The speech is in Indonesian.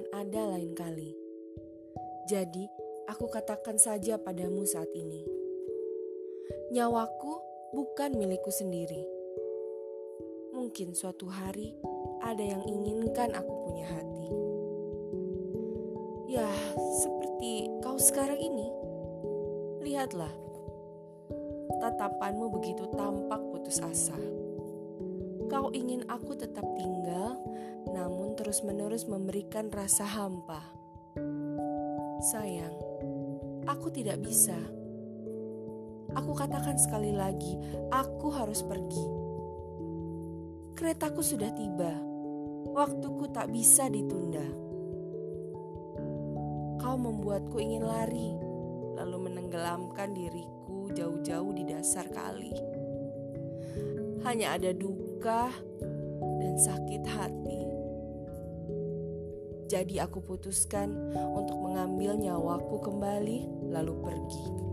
ada lain kali. Jadi, aku katakan saja padamu saat ini. Nyawaku bukan milikku sendiri. Mungkin suatu hari ada yang inginkan aku punya hati. Ya, seperti kau sekarang ini. Lihatlah, tatapanmu begitu tampak putus asa. Kau ingin aku tetap tinggal, namun terus-menerus memberikan rasa hampa. Sayang, aku tidak bisa. Aku katakan sekali lagi, aku harus pergi. Keretaku sudah tiba, waktuku tak bisa ditunda. Kau membuatku ingin lari, lalu menenggelamkan diriku jauh-jauh di dasar kali. Hanya ada duka dan sakit hati. Jadi aku putuskan untuk mengambil nyawaku kembali lalu pergi.